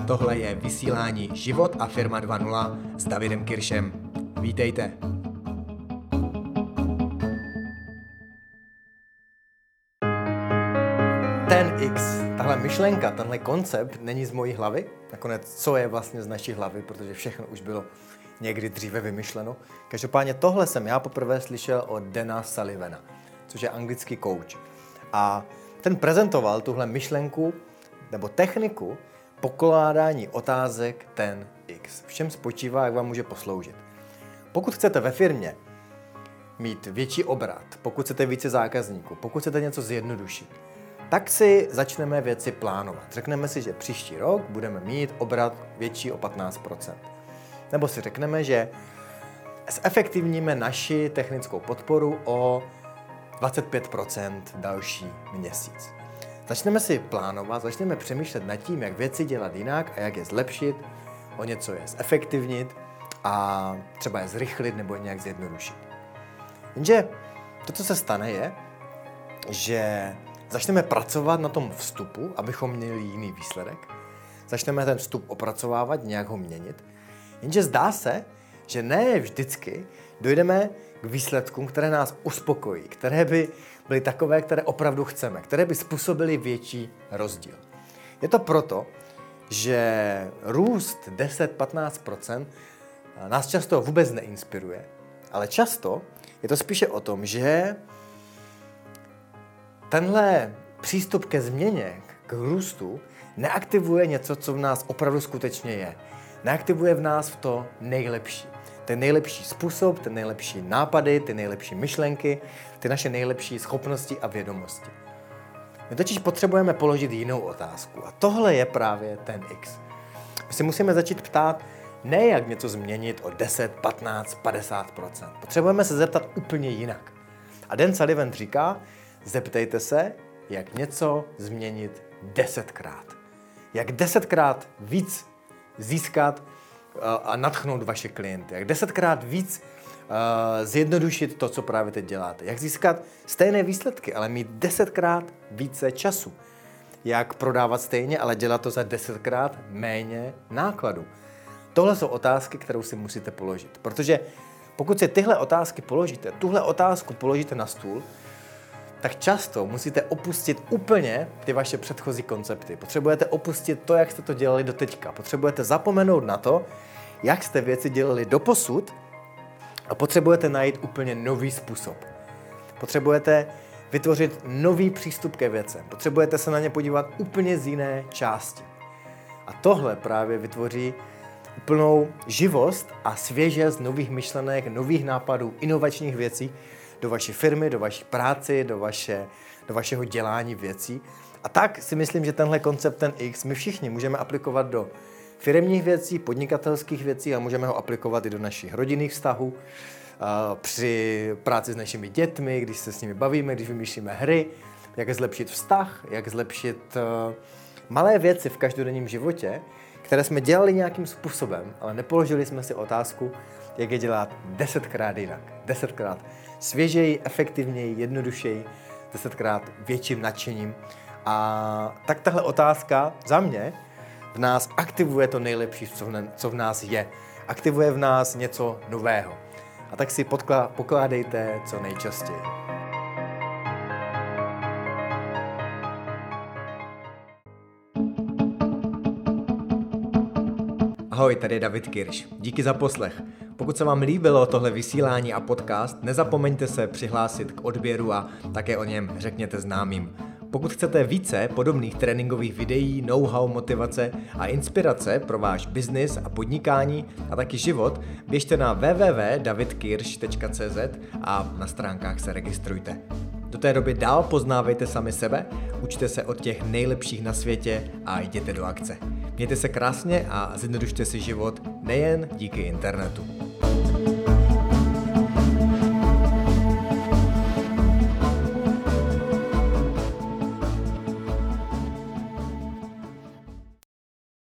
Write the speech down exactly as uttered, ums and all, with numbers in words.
tohle je vysílání Život a firma dva tečka nula s Davidem Kiršem. Vítejte. Ten X, tahle myšlenka, tenhle koncept není z mojí hlavy. Nakonec, co je vlastně z naší hlavy, protože všechno už bylo někdy dříve vymyšleno. Každopádně tohle jsem já poprvé slyšel od Dana Sullivana, což je anglický coach. A ten prezentoval tuhle myšlenku nebo techniku pokládání otázek ten X. V čem spočívá, jak vám může posloužit. Pokud chcete ve firmě mít větší obrat, pokud chcete více zákazníků, pokud chcete něco zjednodušit, tak si začneme věci plánovat. Řekneme si, že příští rok budeme mít obrat větší o patnáct procent. Nebo si řekneme, že zefektivníme naši technickou podporu o dvacet pět procent další měsíc. Začneme si plánovat, začneme přemýšlet nad tím, jak věci dělat jinak a jak je zlepšit, o něco je zefektivnit a třeba je zrychlit nebo je nějak zjednodušit. Jenže to, co se stane, je, že začneme pracovat na tom vstupu, abychom měli jiný výsledek. Začneme ten vstup opracovávat, nějak ho měnit. Jenže zdá se, že ne vždycky dojdeme k výsledkům, které nás uspokojí, které by byly takové, které opravdu chceme, které by způsobily větší rozdíl. Je to proto, že růst deset až patnáct procent nás často vůbec neinspiruje, ale často je to spíše o tom, že tenhle přístup ke změně, k růstu, neaktivuje něco, co v nás opravdu skutečně je. Neaktivuje v nás v to nejlepší. Ten nejlepší způsob, ten nejlepší nápady, ty nejlepší myšlenky, ty naše nejlepší schopnosti a vědomosti. My totiž potřebujeme položit jinou otázku. A tohle je právě ten X. My si musíme začít ptát, ne jak něco změnit o deset, patnáct, padesát procent. Potřebujeme se zeptat úplně jinak. A Dan Sullivan říká, zeptejte se, jak něco změnit desetkrát. Jak desetkrát víc získat a nadchnout vaše klienty. Jak desetkrát víc uh, zjednodušit to, co právě teď děláte. Jak získat stejné výsledky, ale mít desetkrát více času. Jak prodávat stejně, ale dělat to za desetkrát méně nákladů. Tohle jsou otázky, kterou si musíte položit. Protože pokud si tyhle otázky položíte, tuhle otázku položíte na stůl, tak často musíte opustit úplně ty vaše předchozí koncepty. Potřebujete opustit to, jak jste to dělali doteďka. Potřebujete zapomenout na to, jak jste věci dělali doposud a potřebujete najít úplně nový způsob. Potřebujete vytvořit nový přístup ke věcem. Potřebujete se na ně podívat úplně z jiné části. A tohle právě vytvoří úplnou živost a svěžest nových myšlenek, nových nápadů, inovačních věcí, do vaší firmy, do vaší práci, do, vaše, do vašeho dělání věcí. A tak si myslím, že tenhle koncept, ten X, my všichni můžeme aplikovat do firemních věcí, podnikatelských věcí a můžeme ho aplikovat i do našich rodinných vztahů, při práci s našimi dětmi, když se s nimi bavíme, když vymýšlíme hry, jak zlepšit vztah, jak zlepšit malé věci v každodenním životě, které jsme dělali nějakým způsobem, ale nepoložili jsme si otázku, jak je dělat desetkrát jinak, desetkrát svěžeji, efektivněji, jednodušeji, desetkrát větším nadšením. A tak tahle otázka za mě v nás aktivuje to nejlepší, co v nás je. Aktivuje v nás něco nového. A tak si podklá, pokládejte co nejčastěji. Ahoj, tady je David Kirš. Díky za poslech. Pokud se vám líbilo tohle vysílání a podcast, nezapomeňte se přihlásit k odběru a také o něm řekněte známým. Pokud chcete více podobných tréninkových videí, know-how, motivace a inspirace pro váš biznis a podnikání a taky život, běžte na w w w tečka david kirš tečka c z a na stránkách se registrujte. Do té doby dál poznávejte sami sebe, učte se od těch nejlepších na světě a jděte do akce. Mějte se krásně a zjednodušte si život nejen díky internetu.